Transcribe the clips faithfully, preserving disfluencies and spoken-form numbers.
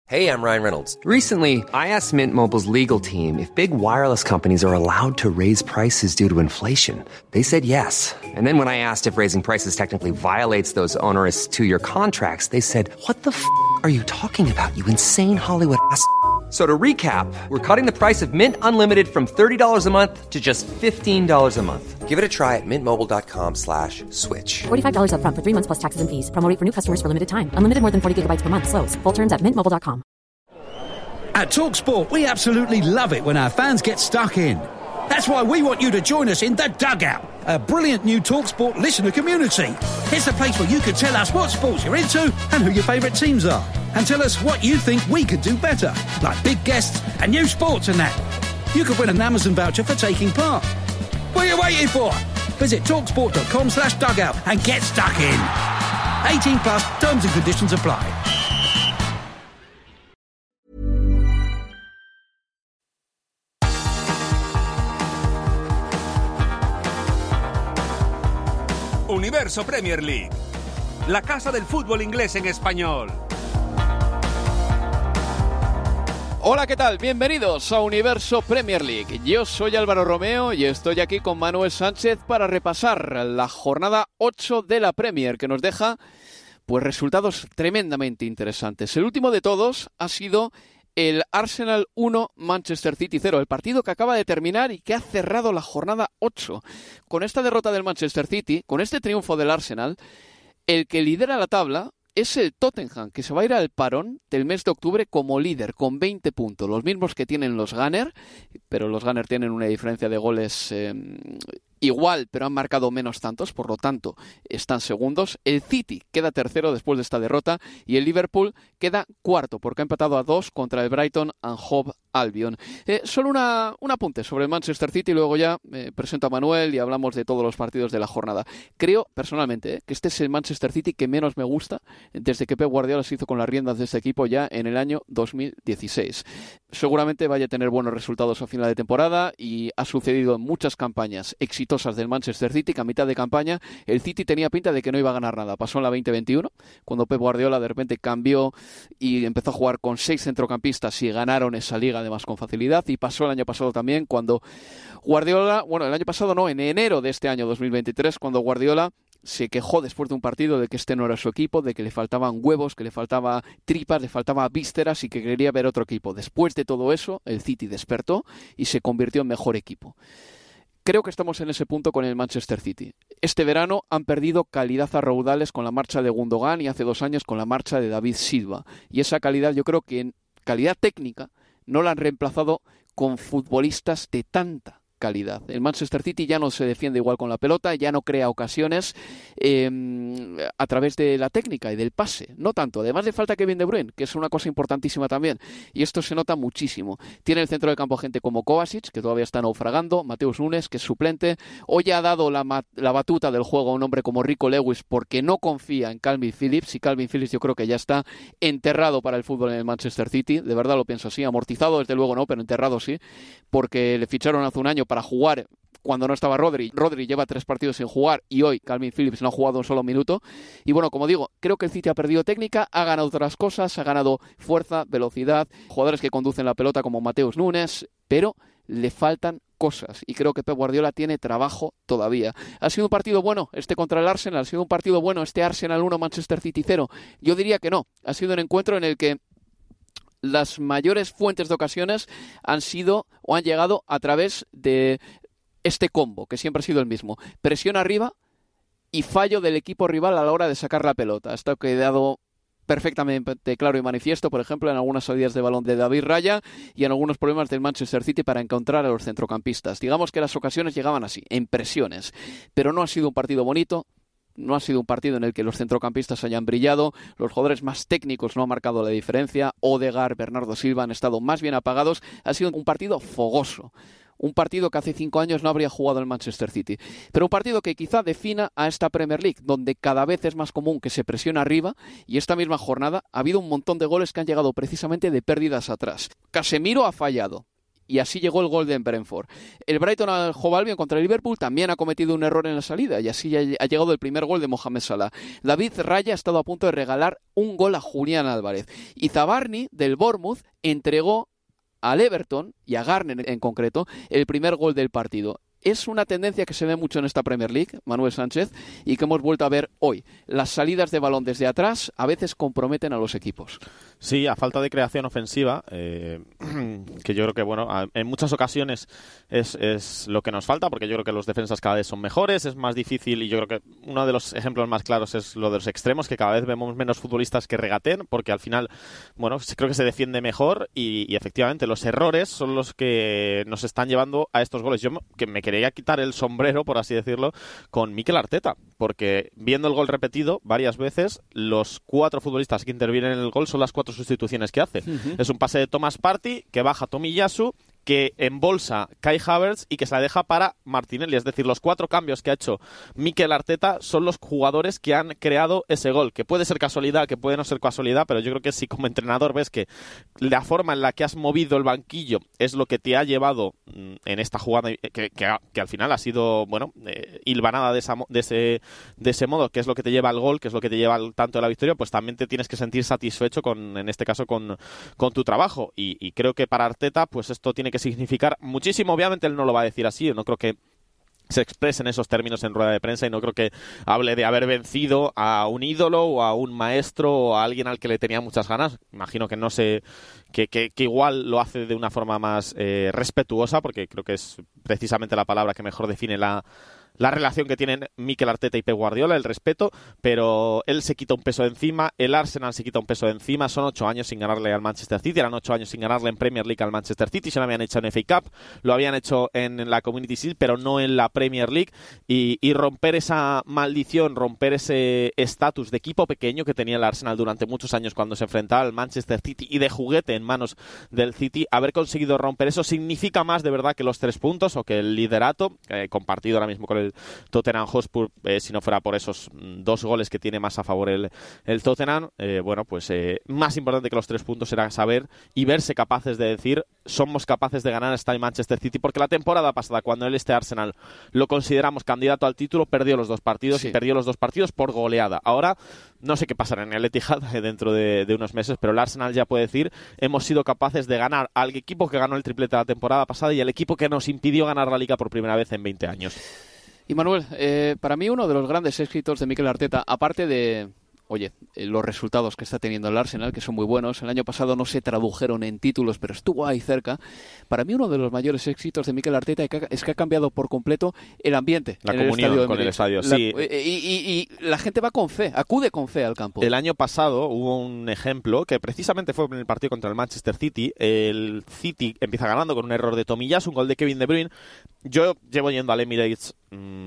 Hey, I'm Ryan Reynolds. Recently, I asked Mint Mobile's legal team if big wireless companies are allowed to raise prices due to inflation. They said yes. And then when I asked if raising prices technically violates those onerous two-year contracts, they said, what the f*** are you talking about, you insane Hollywood ass f- So to recap, we're cutting the price of Mint Unlimited from thirty dollars a month to just fifteen dollars a month. Give it a try at mintmobile.com slash switch. forty-five dollars up front for three months plus taxes and fees. Promo rate for new customers for limited time. Unlimited more than forty gigabytes per month. Slows full terms at mint mobile dot com. At TalkSport, we absolutely love it when our fans get stuck in. That's why we want you to join us in The Dugout, a brilliant new TalkSport listener community. It's a place where you can tell us what sports you're into and who your favourite teams are. And tell us what you think we could do better, like big guests and new sports and that. You could win an Amazon voucher for taking part. What are you waiting for? Visit talksport.com slash dugout and get stuck in. eighteen plus, terms and conditions apply. Universo Premier League, la casa del fútbol inglés en español. Hola, ¿qué tal? Bienvenidos a Universo Premier League. Yo soy Álvaro Romeo y estoy aquí con Manuel Sánchez para repasar la jornada ocho de la Premier, que nos deja pues resultados tremendamente interesantes. El último de todos ha sido el Arsenal uno, Manchester City cero, el partido que acaba de terminar y que ha cerrado la jornada ocho. Con esta derrota del Manchester City, con este triunfo del Arsenal, el que lidera la tabla es el Tottenham, que se va a ir al parón del mes de octubre como líder, con veinte puntos, los mismos que tienen los Gunners, pero los Gunners tienen una diferencia de goles eh, igual, pero han marcado menos tantos, por lo tanto están segundos. El City queda tercero después de esta derrota y el Liverpool queda cuarto, porque ha empatado a dos contra el Brighton and Hove Albion. Eh, solo una, un apunte sobre el Manchester City y luego ya eh, presento a Manuel y hablamos de todos los partidos de la jornada. Creo, personalmente, eh, que este es el Manchester City que menos me gusta desde que Pep Guardiola se hizo con las riendas de este equipo ya en el año dos mil dieciséis. Seguramente vaya a tener buenos resultados a final de temporada y ha sucedido en muchas campañas exitosas del Manchester City que a mitad de campaña el City tenía pinta de que no iba a ganar nada. Pasó en la veinte veintiuno, cuando Pep Guardiola de repente cambió y empezó a jugar con seis centrocampistas y ganaron esa liga además con facilidad, y pasó el año pasado también cuando Guardiola, bueno, el año pasado no, en enero de este año dos mil veintitrés, cuando Guardiola se quejó después de un partido de que este no era su equipo, de que le faltaban huevos, que le faltaba tripas, le faltaba vísceras y que quería ver otro equipo. Después de todo eso, el City despertó y se convirtió en mejor equipo. Creo que estamos en ese punto con el Manchester City. Este verano han perdido calidad a raudales con la marcha de Gundogan y hace dos años con la marcha de David Silva. Y esa calidad, yo creo que en calidad técnica, no la han reemplazado con futbolistas de tanta calidad. El Manchester City ya no se defiende igual con la pelota, ya no crea ocasiones eh, a través de la técnica y del pase, no tanto. Además le falta Kevin De Bruyne, que es una cosa importantísima también, y esto se nota muchísimo. Tiene el centro de campo gente como Kovacic, que todavía está naufragando, Mateus Nunes, que es suplente. Hoy ha dado la, la batuta del juego a un hombre como Rico Lewis porque no confía en Calvin Phillips, y Calvin Phillips yo creo que ya está enterrado para el fútbol en el Manchester City, de verdad lo pienso así, amortizado desde luego no, pero enterrado sí, porque le ficharon hace un año para jugar cuando no estaba Rodri. Rodri lleva tres partidos sin jugar y hoy Calvin Phillips no ha jugado un solo minuto. Y bueno, como digo, creo que el City ha perdido técnica, ha ganado otras cosas, ha ganado fuerza, velocidad, jugadores que conducen la pelota como Mateus Nunes, pero le faltan cosas y creo que Pep Guardiola tiene trabajo todavía. ¿Ha sido un partido bueno este contra el Arsenal? ¿Ha sido un partido bueno este Arsenal uno, Manchester City cero? Yo diría que no. Ha sido un encuentro en el que las mayores fuentes de ocasiones han sido o han llegado a través de este combo, que siempre ha sido el mismo. Presión arriba y fallo del equipo rival a la hora de sacar la pelota. Esto ha quedado perfectamente claro y manifiesto, por ejemplo, en algunas salidas de balón de David Raya y en algunos problemas del Manchester City para encontrar a los centrocampistas. Digamos que las ocasiones llegaban así, en presiones. Pero no ha sido un partido bonito. No ha sido un partido en el que los centrocampistas hayan brillado, los jugadores más técnicos no han marcado la diferencia, Odegaard, Bernardo Silva han estado más bien apagados. Ha sido un partido fogoso, un partido que hace cinco años no habría jugado el Manchester City, pero un partido que quizá defina a esta Premier League, donde cada vez es más común que se presiona arriba, y esta misma jornada ha habido un montón de goles que han llegado precisamente de pérdidas atrás. Casemiro ha fallado, y así llegó el gol de Brentford. El Brighton and Hove Albion contra el Liverpool también ha cometido un error en la salida y así ha llegado el primer gol de Mohamed Salah. David Raya ha estado a punto de regalar un gol a Julián Álvarez y Zabarni del Bournemouth entregó al Everton y a Garner en concreto el primer gol del partido. Es una tendencia que se ve mucho en esta Premier League, Manuel Sánchez, y que hemos vuelto a ver hoy. Las salidas de balón desde atrás a veces comprometen a los equipos. Sí, a falta de creación ofensiva, eh, que yo creo que bueno, en muchas ocasiones es, es lo que nos falta, porque yo creo que los defensas cada vez son mejores, es más difícil, y yo creo que uno de los ejemplos más claros es lo de los extremos, que cada vez vemos menos futbolistas que regateen, porque al final, bueno, creo que se defiende mejor y, y efectivamente los errores son los que nos están llevando a estos goles. Yo que me quería quitar el sombrero, por así decirlo, con Mikel Arteta, porque viendo el gol repetido varias veces, los cuatro futbolistas que intervienen en el gol son las cuatro sustituciones que hace. Uh-huh. Es un pase de Thomas Partey que baja Tomiyasu, que embolsa Kai Havertz y que se la deja para Martinelli. Es decir, los cuatro cambios que ha hecho Mikel Arteta son los jugadores que han creado ese gol, que puede ser casualidad, que puede no ser casualidad, pero yo creo que si como entrenador ves que la forma en la que has movido el banquillo es lo que te ha llevado en esta jugada, que, que, que al final ha sido, bueno, eh, hilvanada de, esa, de, ese, de ese modo, que es lo que te lleva al gol, que es lo que te lleva al tanto de la victoria, pues también te tienes que sentir satisfecho con, en este caso, con, con tu trabajo. Y, y creo que para Arteta, pues esto tiene que significar muchísimo. Obviamente él no lo va a decir así, no creo que se exprese en esos términos en rueda de prensa y no creo que hable de haber vencido a un ídolo o a un maestro o a alguien al que le tenía muchas ganas. Imagino que no sé, que, que, que igual lo hace de una forma más eh, respetuosa, porque creo que es precisamente la palabra que mejor define la la relación que tienen Mikel Arteta y Pep Guardiola, el respeto, pero él se quita un peso de encima, el Arsenal se quita un peso de encima, son ocho años sin ganarle al Manchester City, eran ocho años sin ganarle en Premier League al Manchester City, se lo habían hecho en F A Cup, lo habían hecho en la Community Shield, pero no en la Premier League, y, y romper esa maldición, romper ese estatus de equipo pequeño que tenía el Arsenal durante muchos años cuando se enfrentaba al Manchester City y de juguete en manos del City, haber conseguido romper eso significa más de verdad que los tres puntos o que el liderato, eh, compartido ahora mismo con el el Tottenham Hotspur, eh, si no fuera por esos dos goles que tiene más a favor el, el Tottenham, eh, bueno, pues eh, más importante que los tres puntos era saber y verse capaces de decir somos capaces de ganar hasta el Manchester City, porque la temporada pasada, cuando él este Arsenal lo consideramos candidato al título, perdió los dos partidos sí. y perdió los dos partidos por goleada. Ahora no sé qué pasará en el Etihad dentro de, de unos meses, pero el Arsenal ya puede decir hemos sido capaces de ganar al equipo que ganó el triplete la temporada pasada y al equipo que nos impidió ganar la Liga por primera vez en veinte años. Y Manuel, eh, para mí uno de los grandes éxitos de Mikel Arteta, aparte de, oye, eh, los resultados que está teniendo el Arsenal, que son muy buenos, el año pasado no se tradujeron en títulos, pero estuvo ahí cerca, para mí uno de los mayores éxitos de Mikel Arteta es que ha cambiado por completo el ambiente. La en comunión el estadio con el estadio, la, sí. Y, y, y la gente va con fe, acude con fe al campo. El año pasado hubo un ejemplo que precisamente fue en el partido contra el Manchester City. El City empieza ganando con un error de Tomiyasu, un gol de Kevin De Bruyne. Yo llevo yendo al Emirates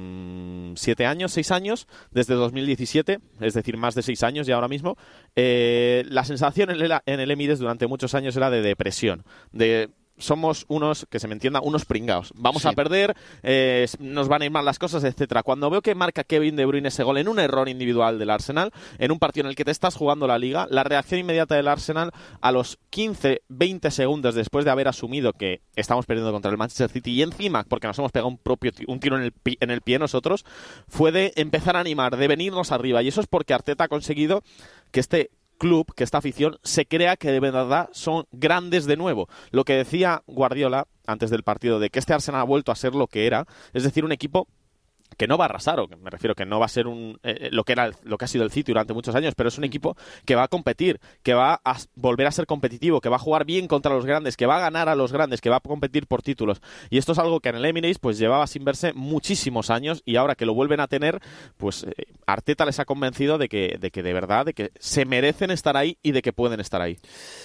mmm, siete años, seis años, desde dos mil diecisiete, es decir, más de seis años ya ahora mismo. Eh, la sensación en el, en el Emirates durante muchos años era de depresión, de somos unos, que se me entienda, unos pringaos. Vamos sí. a perder, eh, nos van a ir mal las cosas, etcétera. Cuando veo que marca Kevin De Bruyne ese gol en un error individual del Arsenal, en un partido en el que te estás jugando la Liga, la reacción inmediata del Arsenal a los quince, veinte segundos después de haber asumido que estamos perdiendo contra el Manchester City y encima, porque nos hemos pegado un propio t- un tiro en el, pi- en el pie nosotros, fue de empezar a animar, de venirnos arriba. Y eso es porque Arteta ha conseguido que este club, que esta afición se crea que de verdad son grandes de nuevo. Lo que decía Guardiola antes del partido de que este Arsenal ha vuelto a ser lo que era, es decir, un equipo que no va a arrasar, o que me refiero que no va a ser un eh, lo que era lo que ha sido el City durante muchos años, pero es un equipo que va a competir, que va a volver a ser competitivo, que va a jugar bien contra los grandes, que va a ganar a los grandes, que va a competir por títulos. Y esto es algo que en el Emirates pues llevaba sin verse muchísimos años y ahora que lo vuelven a tener, pues eh, Arteta les ha convencido de que de que de verdad de que se merecen estar ahí y de que pueden estar ahí.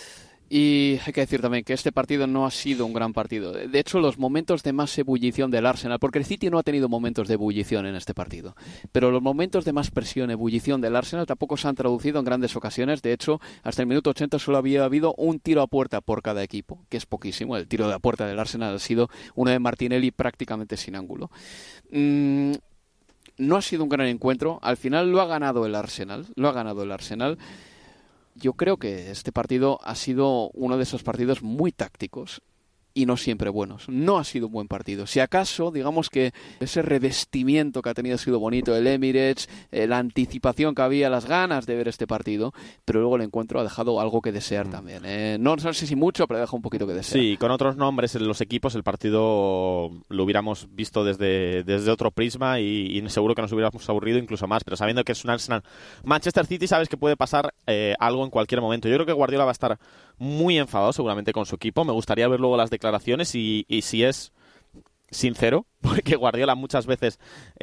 Y hay que decir también que este partido no ha sido un gran partido. De hecho, los momentos de más ebullición del Arsenal, porque el City no ha tenido momentos de ebullición en este partido, pero los momentos de más presión, ebullición del Arsenal tampoco se han traducido en grandes ocasiones. De hecho, hasta el minuto ochenta solo había habido un tiro a puerta por cada equipo, que es poquísimo. El tiro de a puerta del Arsenal ha sido uno de Martinelli prácticamente sin ángulo. Mm, no ha sido un gran encuentro. Al final lo ha ganado el Arsenal. Lo ha ganado el Arsenal. Yo creo que este partido ha sido uno de esos partidos muy tácticos y no siempre buenos. No ha sido un buen partido. Si acaso, digamos que ese revestimiento que ha tenido ha sido bonito, el Emirates, eh, la anticipación que había, las ganas de ver este partido, pero luego el encuentro ha dejado algo que desear mm. también. Eh, no, no sé si mucho, pero deja un poquito que desear. Sí, con otros nombres en los equipos el partido lo hubiéramos visto desde, desde otro prisma y, y seguro que nos hubiéramos aburrido incluso más, pero sabiendo que es un Arsenal Manchester City, sabes que puede pasar eh, algo en cualquier momento. Yo creo que Guardiola va a estar muy enfadado seguramente con su equipo. Me gustaría ver luego las declaraciones y, y si es sincero, porque Guardiola muchas veces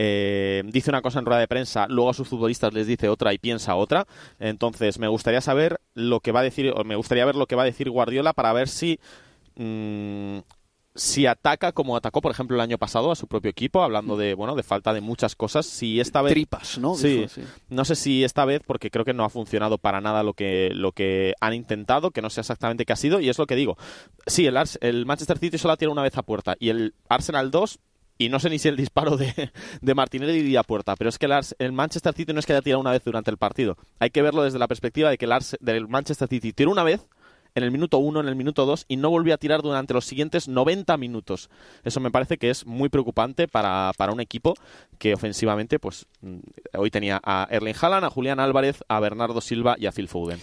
eh, dice una cosa en rueda de prensa, luego a sus futbolistas les dice otra y piensa otra. Entonces me gustaría saber lo que va a decir, o me gustaría ver lo que va a decir Guardiola para ver si mmm, si ataca como atacó, por ejemplo, el año pasado a su propio equipo, hablando de bueno de falta de muchas cosas. Si esta vez tripas, ¿no? Sí, Dijo, sí. No sé si esta vez, porque creo que no ha funcionado para nada lo que lo que han intentado, que no sé exactamente qué ha sido, y es lo que digo. Sí, el, Ars- el Manchester City solo ha tirado una vez a puerta y el Arsenal dos. Y no sé ni si el disparo de, de Martinelli iría a puerta, pero es que el, Ars- el Manchester City no es que haya tirado una vez durante el partido. Hay que verlo desde la perspectiva de que el, Ars- del Manchester City tiró una vez en el minuto uno, en el minuto dos, y no volvió a tirar durante los siguientes noventa minutos. Eso me parece que es muy preocupante para, para un equipo que ofensivamente, pues hoy tenía a Erling Haaland, a Julián Álvarez, a Bernardo Silva y a Phil Foden.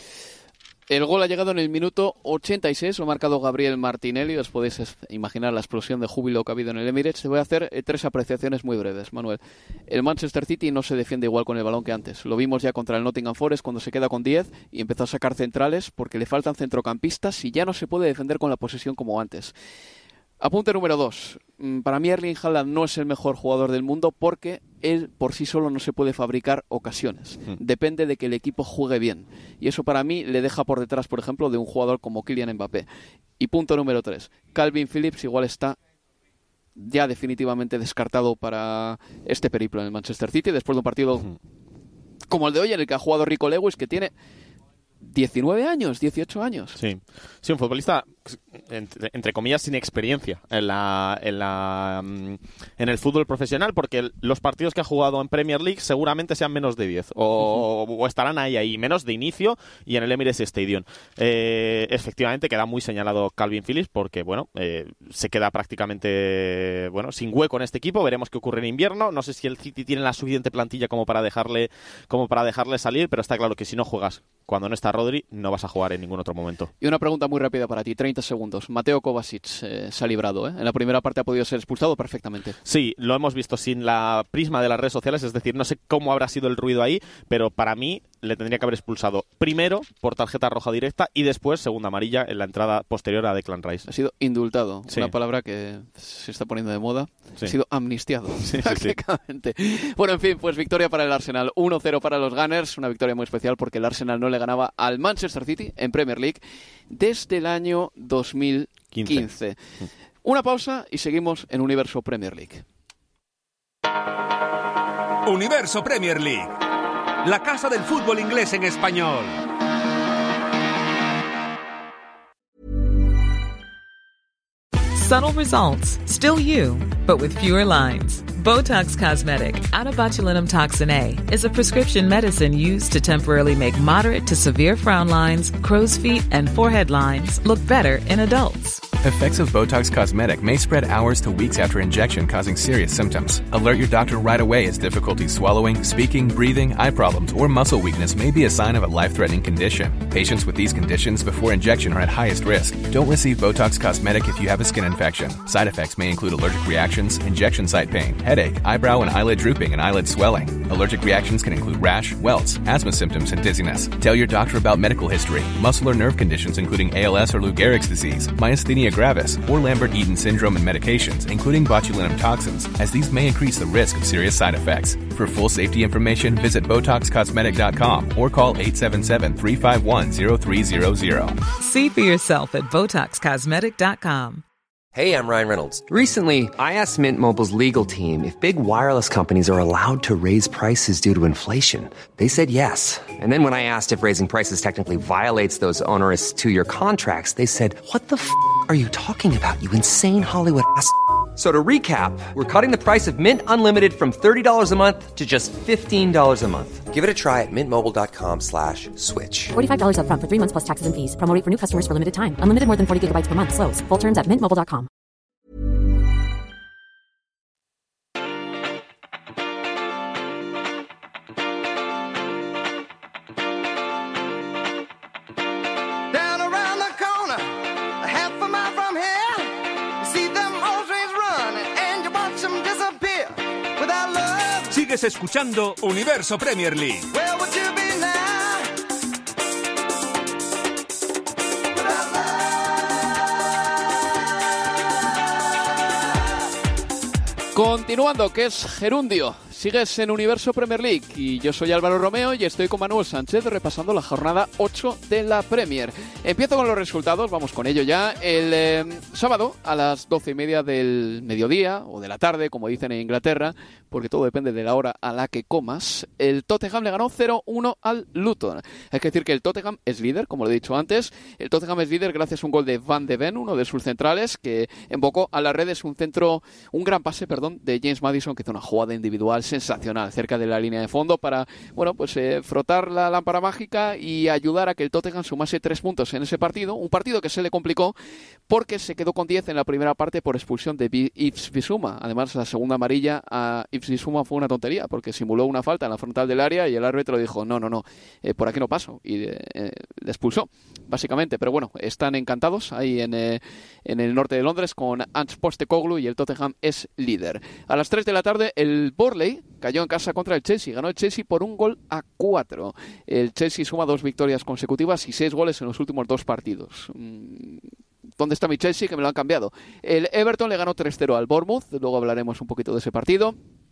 El gol ha llegado en el minuto ochenta y seis, lo ha marcado Gabriel Martinelli. Os podéis imaginar la explosión de júbilo que ha habido en el Emirates. Te voy a hacer eh, tres apreciaciones muy breves, Manuel. El Manchester City no se defiende igual con el balón que antes. Lo vimos ya contra el Nottingham Forest cuando se queda con diez y empezó a sacar centrales porque le faltan centrocampistas y ya no se puede defender con la posesión como antes. Apunte número dos. Para mí Erling Haaland no es el mejor jugador del mundo porque él por sí solo no se puede fabricar ocasiones. Depende de que el equipo juegue bien. Y eso para mí le deja por detrás, por ejemplo, de un jugador como Kylian Mbappé. Y punto número tres. Calvin Phillips igual está ya definitivamente descartado para este periplo en el Manchester City después de un partido como el de hoy en el que ha jugado Rico Lewis, que tiene diecinueve años, dieciocho años. Sí, sí, un futbolista entre, entre comillas sin experiencia en la, en la en el fútbol profesional, porque los partidos que ha jugado en Premier League seguramente sean menos de diez o, uh-huh. o estarán ahí ahí menos de inicio y en el Emirates Stadium. Eh, efectivamente queda muy señalado Calvin Phillips porque bueno eh, se queda prácticamente bueno sin hueco en este equipo. Veremos qué ocurre en invierno. No sé si el City tiene la suficiente plantilla como para dejarle como para dejarle salir, pero está claro que si no juegas cuando no está Rodri, no vas a jugar en ningún otro momento. Y una pregunta muy rápida para ti, treinta segundos. Mateo Kovacic eh, se ha librado, ¿eh? En la primera parte ha podido ser expulsado perfectamente. Sí, lo hemos visto sin la prisma de las redes sociales, es decir, no sé cómo habrá sido el ruido ahí, pero para mí le tendría que haber expulsado primero por tarjeta roja directa y después segunda amarilla en la entrada posterior a Declan Rice. Ha sido indultado, sí. Una palabra que se está poniendo de moda. Sí. Ha sido amnistiado, sí, prácticamente. Sí, sí. Bueno, en fin, pues victoria para el Arsenal. uno cero para los Gunners, una victoria muy especial porque el Arsenal no le ganaba al Manchester City en Premier League desde el año dos mil quince. Una pausa y seguimos en Universo Premier League. Universo Premier League, la casa del fútbol inglés en español. Subtle results, still you, but with fewer lines. Botox Cosmetic, out of botulinum toxin A, is a prescription medicine used to temporarily make moderate to severe frown lines, crow's feet, and forehead lines look better in adults. Effects of Botox Cosmetic may spread hours to weeks after injection, causing serious symptoms. Alert your doctor right away as difficulty swallowing, speaking, breathing, eye problems, or muscle weakness may be a sign of a life-threatening condition. Patients with these conditions before injection are at highest risk. Don't receive Botox Cosmetic if you have a skin infection. Side effects may include allergic reactions, injection site pain, headache, eyebrow and eyelid drooping, and eyelid swelling. Allergic reactions can include rash, welts, asthma symptoms, and dizziness. Tell your doctor about medical history, muscle or nerve conditions including A L S or Lou Gehrig's disease, myasthenia gravis, or Lambert-Eaton syndrome and medications, including botulinum toxins, as these may increase the risk of serious side effects. For full safety information, visit Botox Cosmetic dot com or call eight seven seven, three five one, zero three zero zero. See for yourself at Botox Cosmetic dot com. Hey, I'm Ryan Reynolds. Recently, I asked Mint Mobile's legal team if big wireless companies are allowed to raise prices due to inflation. They said yes. And then when I asked if raising prices technically violates those onerous two-year contracts, they said, what the f*** are you talking about, you insane Hollywood ass f- So to recap, we're cutting the price of Mint Unlimited from thirty dollars a month to just fifteen dollars a month. Give it a try at mintmobile.com slash switch. forty-five dollars up front for three months plus taxes and fees. Promo rate for new customers for limited time. Unlimited more than forty gigabytes per month. Slows full terms at mint mobile dot com. Sigues escuchando Universo Premier League. Continuando, que es gerundio. Sigues en Universo Premier League y yo soy Álvaro Romeo y estoy con Manuel Sánchez repasando la jornada ocho de la Premier. Empiezo con los resultados, vamos con ello ya. El eh, sábado a las doce y media del mediodía o de la tarde, como dicen en Inglaterra, porque todo depende de la hora a la que comas, el Tottenham le ganó cero uno al Luton. Hay que decir que el Tottenham es líder, como lo he dicho antes. El Tottenham es líder gracias a un gol de Van de Ven, uno de sus centrales, que embocó a las redes un centro, un gran pase, perdón, de James Maddison, que hizo una jugada individual sensacional cerca de la línea de fondo para, bueno, pues eh, frotar la lámpara mágica y ayudar a que el Tottenham sumase tres puntos en ese partido, un partido que se le complicó porque se quedó con diez en la primera parte por expulsión de Yves Bissouma. Además, la segunda amarilla a Yves Bissouma fue una tontería porque simuló una falta en la frontal del área y el árbitro dijo no, no, no, eh, por aquí no paso y eh, le expulsó, básicamente. Pero bueno, están encantados ahí en, eh, en el norte de Londres con Ange Postecoglou y el Tottenham es líder. A las tres de la tarde el Burnley cayó en casa contra el Chelsea. Ganó el Chelsea por un gol a cuatro. El Chelsea suma dos victorias consecutivas y seis goles en los últimos dos partidos. ¿Dónde está mi Chelsea? Que me lo han cambiado. El Everton le ganó tres cero al Bournemouth. Luego hablaremos un poquito de ese partido,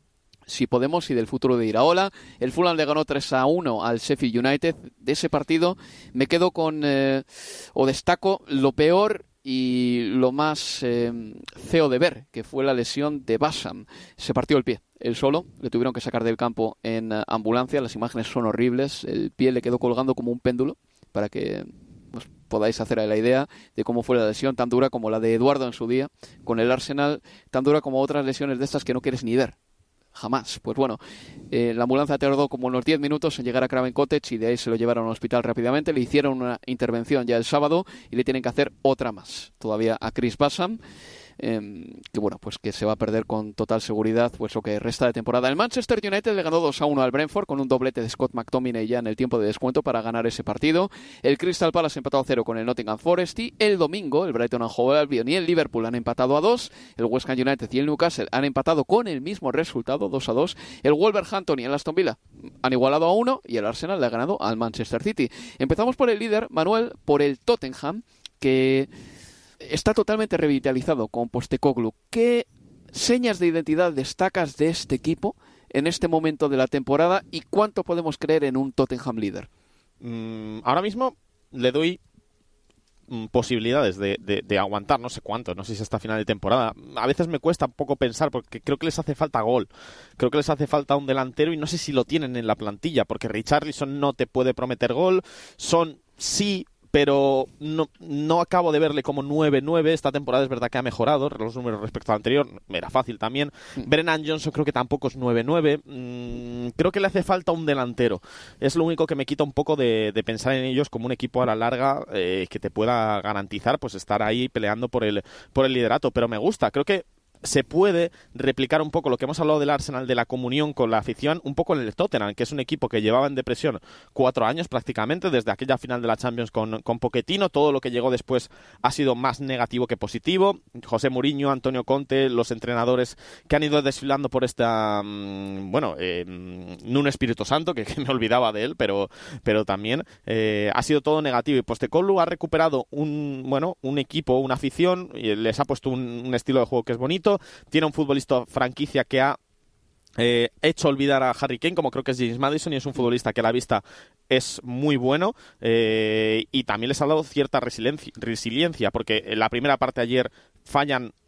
si podemos, y del futuro de Iraola. El Fulham le ganó tres a uno al Sheffield United. De ese partido me quedo con, eh, o destaco lo peor y lo más eh, feo de ver, que fue la lesión de Bassam. Se partió el pie, él solo, le tuvieron que sacar del campo en uh, ambulancia. Las imágenes son horribles, el pie le quedó colgando como un péndulo, para que os podáis hacer la idea de cómo fue la lesión, tan dura como la de Eduardo en su día con el Arsenal, tan dura como otras lesiones de estas que no quieres ni ver. Jamás. Pues bueno, eh, la ambulancia tardó como unos diez minutos en llegar a Craven Cottage y de ahí se lo llevaron al hospital rápidamente. Le hicieron una intervención ya el sábado y le tienen que hacer otra más todavía a Chris Bassam, eh, que bueno, pues que se va a perder con total seguridad pues lo que resta de temporada. El Manchester United le ganó dos a uno al Brentford con un doblete de Scott McTominay ya en el tiempo de descuento para ganar ese partido. El Crystal Palace empató a cero con el Nottingham Forest y el domingo el Brighton and Hove Albion y el Liverpool han empatado a dos. El West Ham United y el Newcastle han empatado con el mismo resultado, dos a dos. El Wolverhampton y el Aston Villa han igualado a uno y el Arsenal le ha ganado al Manchester City. Empezamos por el líder, Manuel, por el Tottenham, que está totalmente revitalizado con Postecoglou. ¿Qué señas de identidad destacas de este equipo en este momento de la temporada y cuánto podemos creer en un Tottenham líder? Mm, ahora mismo le doy mm, posibilidades de, de, de aguantar, no sé cuánto, no sé si hasta final de temporada. A veces me cuesta un poco pensar porque creo que les hace falta gol, creo que les hace falta un delantero y no sé si lo tienen en la plantilla porque Richarlison no te puede prometer gol, Son sí, pero no, no acabo de verle como nueve nueve. Esta temporada es verdad que ha mejorado los números respecto al anterior, era fácil también. Mm. Brennan Johnson creo que tampoco es nueve nueve. Mm, creo que le hace falta un delantero. Es lo único que me quita un poco de, de pensar en ellos como un equipo a la larga eh, que te pueda garantizar pues estar ahí peleando por el, por el liderato. Pero me gusta, creo que se puede replicar un poco lo que hemos hablado del Arsenal, de la comunión con la afición, un poco en el Tottenham, que es un equipo que llevaba en depresión cuatro años prácticamente, desde aquella final de la Champions con, con Pochettino. Todo lo que llegó después ha sido más negativo que positivo. José Mourinho, Antonio Conte, los entrenadores que han ido desfilando por esta, mmm, bueno, eh, Nuno Espíritu Santo, que, que me olvidaba de él, pero, pero también eh, ha sido todo negativo. Y Postecoglou ha recuperado un, bueno, un equipo, una afición, y les ha puesto un, un estilo de juego que es bonito. Tiene un futbolista franquicia que ha eh, hecho olvidar a Harry Kane, como creo que es James Maddison, y es un futbolista que a la vista es muy bueno, eh, y también les ha dado cierta resiliencia, resiliencia porque en la primera parte ayer fallan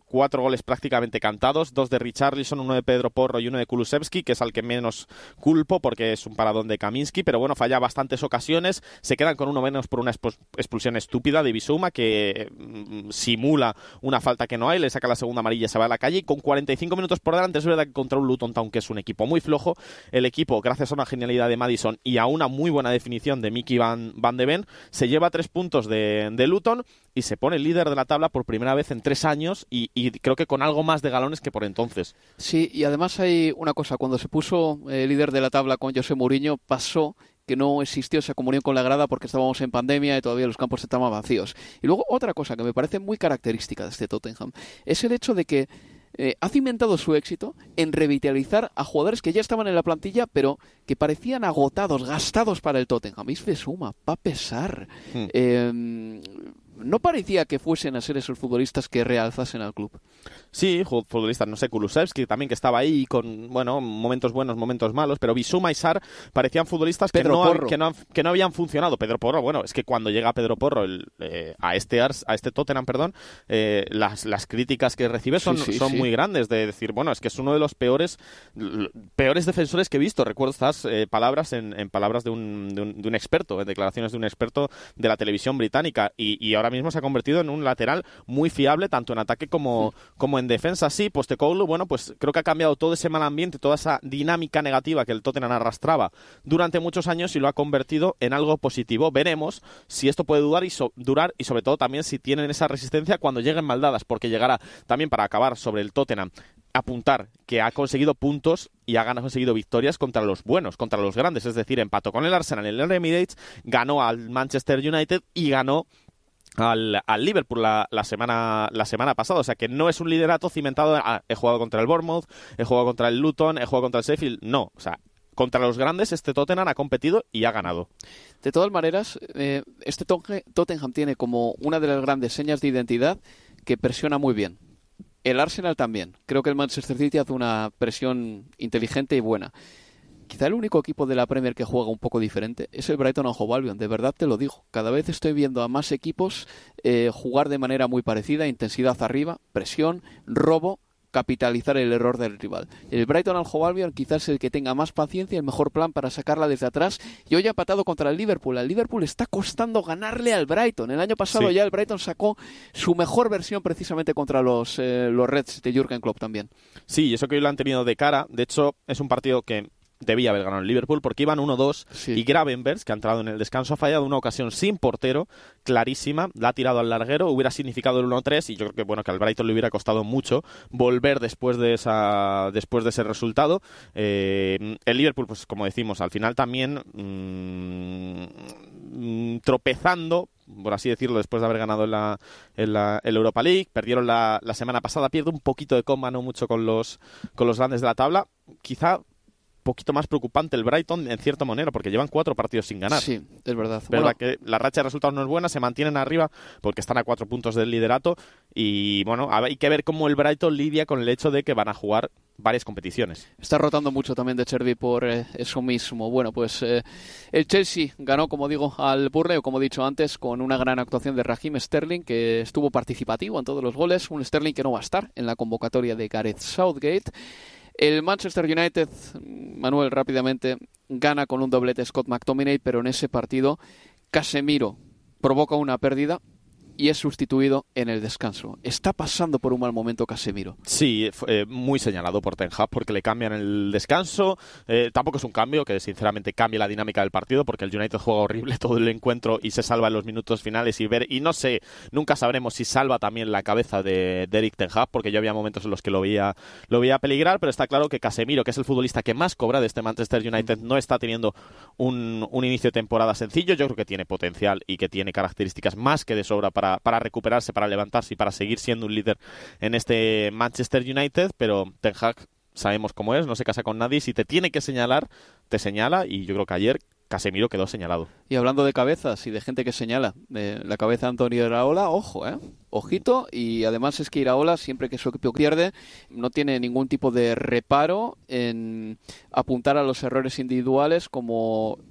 cuatro goles prácticamente cantados, dos de Richarlison, uno de Pedro Porro y uno de Kulusevski, que es al que menos culpo porque es un paradón de Kamiński, pero bueno, falla bastantes ocasiones, se quedan con uno menos por una expulsión estúpida de Bissouma que mm, simula una falta que no hay, le saca la segunda amarilla, se va a la calle y con cuarenta y cinco minutos por delante, es verdad que contra un Luton Town que es un equipo muy flojo, el equipo, gracias a una genialidad de Maddison y a una muy buena definición de Mickey Van, Van de Ven, se lleva tres puntos de, de Luton y se pone líder de la tabla por primera vez en tres años y, y creo que con algo más de galones que por entonces. Sí, y además hay una cosa, cuando se puso eh, líder de la tabla con José Mourinho, pasó que no existió esa comunión con la grada porque estábamos en pandemia y todavía los campos estaban vacíos. Y luego otra cosa que me parece muy característica de este Tottenham es el hecho de que Eh, ha cimentado su éxito en revitalizar a jugadores que ya estaban en la plantilla, pero que parecían agotados, gastados para el Tottenham. Y Bissouma, va a pesar. Hmm. Eh, no parecía que fuesen a ser esos futbolistas que realzasen al club. Sí, futbolistas, no sé, Kulusevski también, que estaba ahí con, bueno, momentos buenos, momentos malos, pero Bissouma y Sarr parecían futbolistas que no, que, no, que no habían funcionado. Pedro Porro, bueno, es que cuando llega Pedro Porro el, eh, a este Ars, a este Tottenham, perdón, eh, las, las críticas que recibe son, sí, sí, son sí. muy grandes, de decir, bueno, es que es uno de los peores peores defensores que he visto. Recuerdo estas eh, palabras en, en palabras de un, de, un, de un experto, en declaraciones de un experto de la televisión británica, y, y ahora mismo se ha convertido en un lateral muy fiable, tanto en ataque como, sí. como en defensa. Sí, Postecoglou, bueno, pues creo que ha cambiado todo ese mal ambiente, toda esa dinámica negativa que el Tottenham arrastraba durante muchos años y lo ha convertido en algo positivo. Veremos si esto puede durar y, so, durar y sobre todo también si tienen esa resistencia cuando lleguen maldadas, porque llegará también, para acabar sobre el Tottenham, apuntar que ha conseguido puntos y ha conseguido victorias contra los buenos, contra los grandes, es decir, empató con el Arsenal en el Emirates, ganó al Manchester United y ganó Al, al Liverpool la, la semana la semana pasada, o sea que no es un liderato cimentado en, ah, he jugado contra el Bournemouth, he jugado contra el Luton, he jugado contra el Sheffield, no, o sea, contra los grandes este Tottenham ha competido y ha ganado. De todas maneras, eh, este Tottenham tiene como una de las grandes señas de identidad que presiona muy bien. El Arsenal también, creo que el Manchester City hace una presión inteligente y buena. Quizá el único equipo de la Premier que juega un poco diferente es el Brighton and Hove Albion, de verdad te lo digo. Cada vez estoy viendo a más equipos eh, jugar de manera muy parecida, intensidad arriba, presión, robo, capitalizar el error del rival. El Brighton and Hove Albion quizás es el que tenga más paciencia y el mejor plan para sacarla desde atrás, y hoy ha empatado contra el Liverpool. Al Liverpool está costando ganarle al Brighton. El año pasado sí. ya el Brighton sacó su mejor versión precisamente contra los, eh, los Reds de Jürgen Klopp también. Sí, y eso que hoy lo han tenido de cara. De hecho, es un partido que debía haber ganado el Liverpool porque iban uno dos sí. y Gravenberch, que ha entrado en el descanso, ha fallado una ocasión sin portero clarísima, la ha tirado al larguero, hubiera significado el uno tres y yo creo que bueno que al Brighton le hubiera costado mucho volver después de esa después de ese resultado. Eh, el Liverpool, pues como decimos, al final también mmm, tropezando, por así decirlo, después de haber ganado en la, en la en Europa League, perdieron la, la semana pasada, pierde un poquito de coma, no mucho con los con los grandes de la tabla, quizá poquito más preocupante el Brighton en cierta manera porque llevan cuatro partidos sin ganar. Sí, es verdad. Verdad bueno, que la racha de resultados no es buena, se mantienen arriba porque están a cuatro puntos del liderato y bueno, hay que ver cómo el Brighton lidia con el hecho de que van a jugar varias competiciones. Está rotando mucho también de Chervi por eh, eso mismo. Bueno, pues eh, el Chelsea ganó, como digo, al Burnley, o como he dicho antes, con una gran actuación de Raheem Sterling, que estuvo participativo en todos los goles. Un Sterling que no va a estar en la convocatoria de Gareth Southgate. El Manchester United, Manuel, rápidamente, gana con un doblete Scott McTominay, pero en ese partido Casemiro provoca una pérdida y es sustituido en el descanso. Está pasando por un mal momento Casemiro. Sí, eh, muy señalado por Ten Hag porque le cambian el descanso. Eh, tampoco es un cambio que sinceramente cambie la dinámica del partido porque el United juega horrible todo el encuentro y se salva en los minutos finales y ver y no sé, nunca sabremos si salva también la cabeza de, de Erik Ten Hag porque yo había momentos en los que lo veía, lo veía peligrar, pero está claro que Casemiro, que es el futbolista que más cobra de este Manchester United, no está teniendo un, un inicio de temporada sencillo. Yo creo que tiene potencial y que tiene características más que de sobra para Para, para recuperarse, para levantarse y para seguir siendo un líder en este Manchester United, pero Ten Hag sabemos cómo es, no se casa con nadie, si te tiene que señalar, te señala, y yo creo que ayer Casemiro quedó señalado. Y hablando de cabezas y de gente que señala, de la cabeza de Antonio Iraola, ojo, eh, ojito, y además es que Iraola, siempre que su equipo pierde, no tiene ningún tipo de reparo en apuntar a los errores individuales como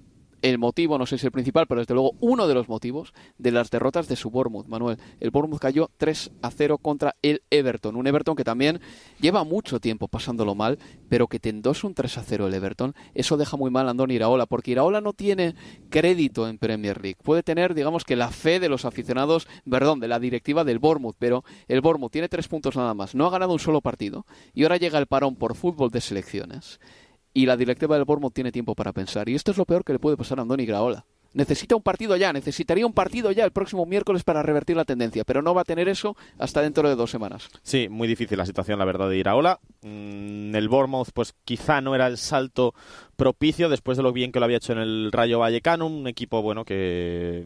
el motivo, no sé si el principal, pero desde luego uno de los motivos de las derrotas de su Bournemouth, Manuel. El Bournemouth cayó tres a cero contra el Everton, un Everton que también lleva mucho tiempo pasándolo mal, pero que te endose un tres a cero el Everton, eso deja muy mal a Andoni Iraola, porque Iraola no tiene crédito en Premier League. Puede tener, digamos, que la fe de los aficionados, perdón, de la directiva del Bournemouth, pero el Bournemouth tiene tres puntos nada más, no ha ganado un solo partido, y ahora llega el parón por fútbol de selecciones. Y la directiva del Bournemouth tiene tiempo para pensar. Y esto es lo peor que le puede pasar a Andoni Iraola. Necesita un partido ya, necesitaría un partido ya el próximo miércoles para revertir la tendencia, pero no va a tener eso hasta dentro de dos semanas. Sí, muy difícil la situación, la verdad, de Iraola. Mm, el Bournemouth, pues quizá no era el salto propicio después de lo bien que lo había hecho en el Rayo Vallecano, un equipo, bueno, que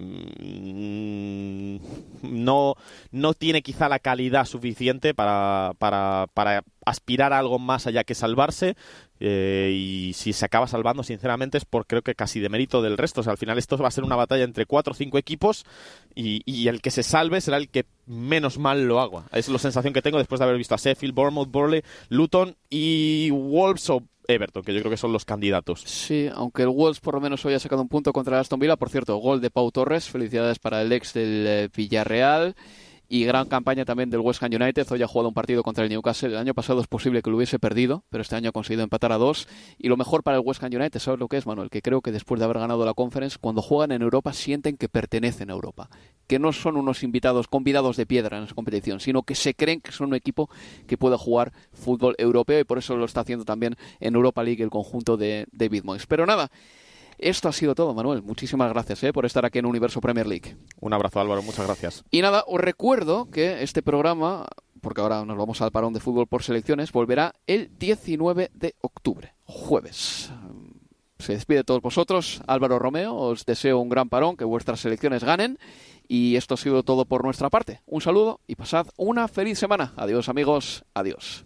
mmm, no, no tiene quizá la calidad suficiente para, para, para aspirar a algo más allá que salvarse. Eh, y si se acaba salvando, sinceramente, es por creo que casi de mérito del resto. O sea, al final esto va a ser una batalla entre cuatro o cinco equipos y, y el que se salve será el que menos mal lo haga. Es la sensación que tengo después de haber visto a Sheffield, Bournemouth, Burnley, Luton y Wolves o Everton, que yo creo que son los candidatos. Sí, aunque el Wolves por lo menos hoy ha sacado un punto contra el Aston Villa. Por cierto, gol de Pau Torres, felicidades para el ex del eh, Villarreal. Y gran campaña también del West Ham United. Hoy ha jugado un partido contra el Newcastle. El año pasado es posible que lo hubiese perdido, pero este año ha conseguido empatar a dos. Y lo mejor para el West Ham United, ¿sabes lo que es, Manuel? Que creo que después de haber ganado la Conference, cuando juegan en Europa sienten que pertenecen a Europa. Que no son unos invitados, convidados de piedra en esa competición, sino que se creen que son un equipo que puede jugar fútbol europeo y por eso lo está haciendo también en Europa League el conjunto de David Moyes. Pero nada, esto ha sido todo, Manuel. Muchísimas gracias ¿eh? por estar aquí en Universo Premier League. Un abrazo, Álvaro. Muchas gracias. Y nada, os recuerdo que este programa, porque ahora nos vamos al parón de fútbol por selecciones, volverá el diecinueve de octubre, jueves. Se despide de todos vosotros, Álvaro Romeo. Os deseo un gran parón, que vuestras selecciones ganen. Y esto ha sido todo por nuestra parte. Un saludo y pasad una feliz semana. Adiós, amigos. Adiós.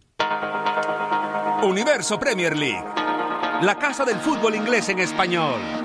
Universo Premier League, la casa del fútbol inglés en español.